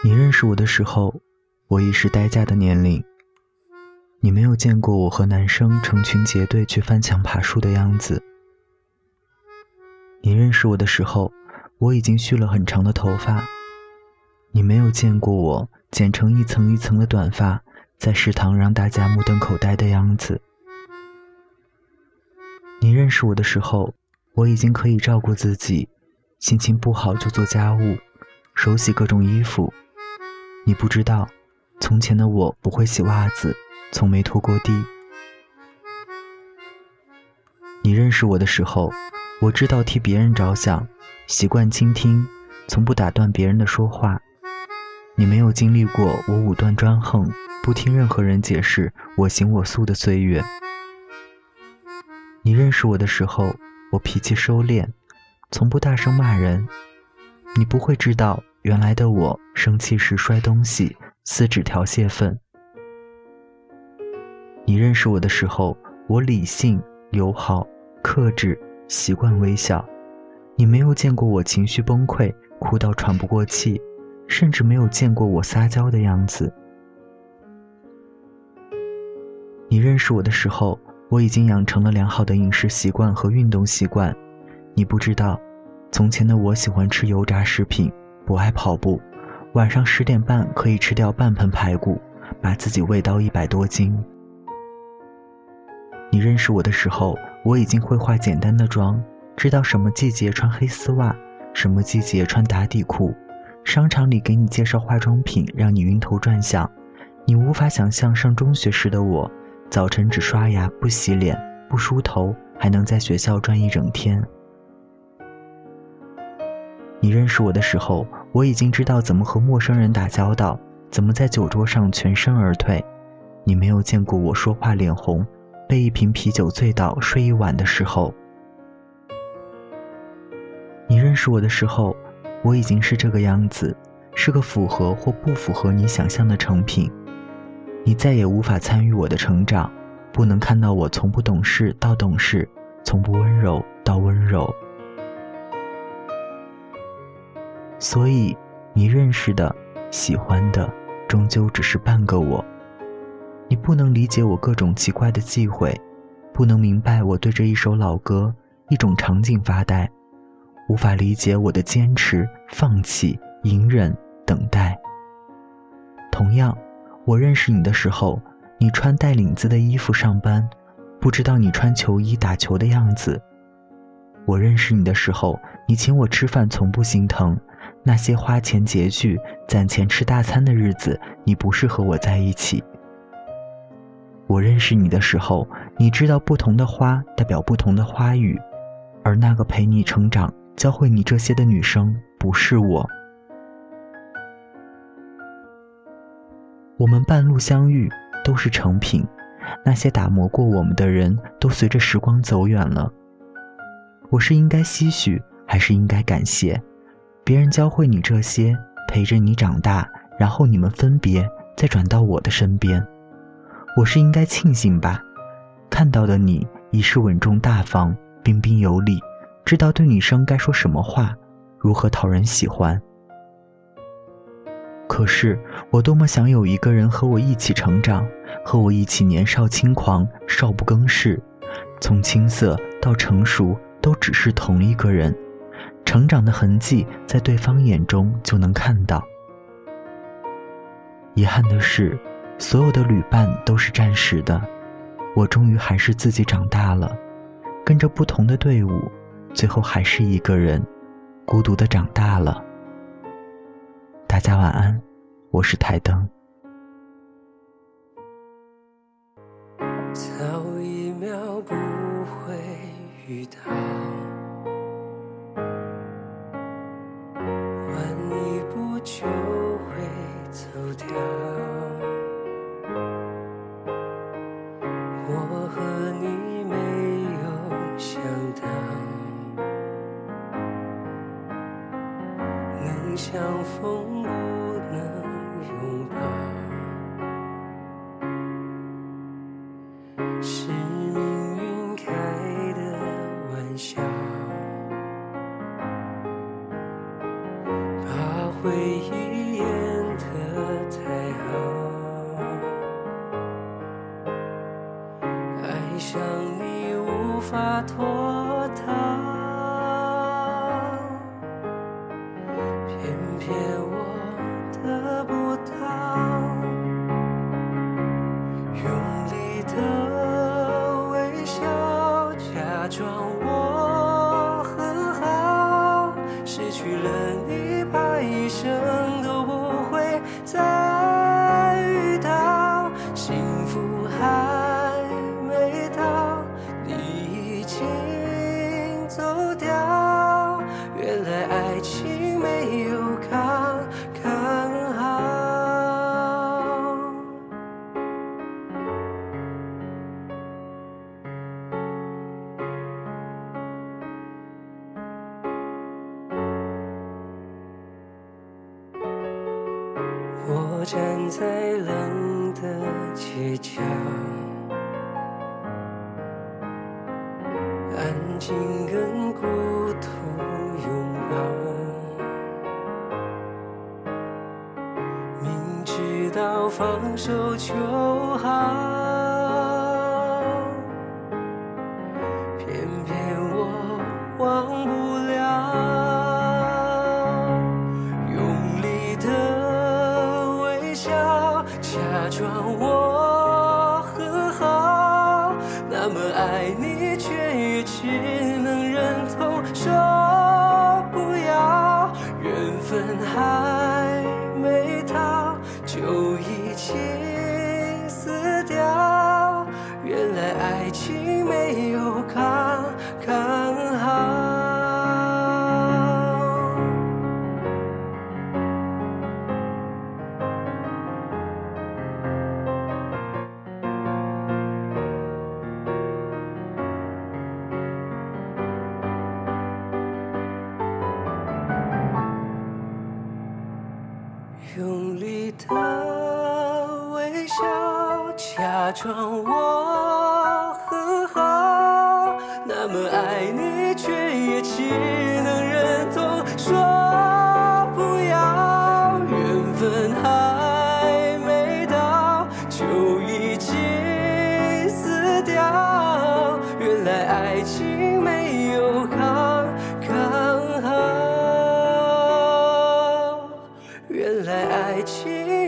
你认识我的时候，我已是待嫁的年龄。你没有见过我和男生成群结队去翻墙爬树的样子。你认识我的时候，我已经蓄了很长的头发。你没有见过我剪成一层一层的短发，在食堂让大家目瞪口呆的样子。你认识我的时候，我已经可以照顾自己，心情不好就做家务，手洗各种衣服。你不知道，从前的我不会洗袜子，从没拖过地。你认识我的时候，我知道替别人着想，习惯倾听，从不打断别人的说话。你没有经历过我武断专横，不听任何人解释，我行我素的岁月。你认识我的时候，我脾气收敛，从不大声骂人。你不会知道，原来的我生气时摔东西，撕纸条泄愤。你认识我的时候，我理性、友好、克制，习惯微笑。你没有见过我情绪崩溃，哭到喘不过气，甚至没有见过我撒娇的样子。你认识我的时候，我已经养成了良好的饮食习惯和运动习惯。你不知道，从前的我喜欢吃油炸食品，不爱跑步，晚上10点半可以吃掉半盆排骨，把自己喂到100多斤。你认识我的时候，我已经会化简单的妆，知道什么季节穿黑丝袜，什么季节穿打底裤。商场里给你介绍化妆品，让你晕头转向。你无法想象上中学时的我，早晨只刷牙不洗脸不梳头，还能在学校转一整天。你认识我的时候，我已经知道怎么和陌生人打交道，怎么在酒桌上全身而退。你没有见过我说话脸红，被一瓶啤酒醉倒睡一晚的时候。你认识我的时候，我已经是这个样子，是个符合或不符合你想象的成品。你再也无法参与我的成长，不能看到我从不懂事到懂事，从不温柔到温柔。所以你认识的、喜欢的，终究只是半个我。你不能理解我各种奇怪的忌讳，不能明白我对着一首老歌、一种场景发呆，无法理解我的坚持、放弃、隐忍、等待。同样，我认识你的时候，你穿带领子的衣服上班，不知道你穿球衣打球的样子。我认识你的时候，你请我吃饭从不心疼，那些花钱拮据、攒钱吃大餐的日子，你不是和我在一起。我认识你的时候，你知道不同的花代表不同的花语，而那个陪你成长、教会你这些的女生不是我。我们半路相遇，都是成品，那些打磨过我们的人都随着时光走远了。我是应该唏嘘，还是应该感谢？别人教会你这些，陪着你长大，然后你们分别，再转到我的身边。我是应该庆幸吧，看到的你已是稳重大方、彬彬有礼，知道对女生该说什么话，如何讨人喜欢。可是我多么想有一个人和我一起成长，和我一起年少轻狂，少不更事，从青涩到成熟都只是同一个人，成长的痕迹在对方眼中就能看到。遗憾的是，所有的旅伴都是暂时的，我终于还是自己长大了，跟着不同的队伍，最后还是一个人，孤独地长大了。大家晚安，我是台灯。 早一秒不会遇到，晚一步就会走掉。我和你没有想到，能相逢不能拥抱，是命运开的玩笑，把回忆演偏我得不到，用力的微笑，假装我很好，失去了你，怕一生都不会再遇到，幸福还没到，你已经走掉，原来爱情没有刚刚好。我站在冷的街角，安静跟孤独拥抱，明知道放手就好，偏偏我忘不了，用力的微笑，假装我很好，那么爱你，却也只能忍痛说不要，缘分还没到，就已经死掉，原来爱情没有刚刚好。用力的微笑，假装我很好，那么爱你，却也只能忍痛说不要，缘分还没到，就已经死掉，原来爱情没有刚刚好，原来爱情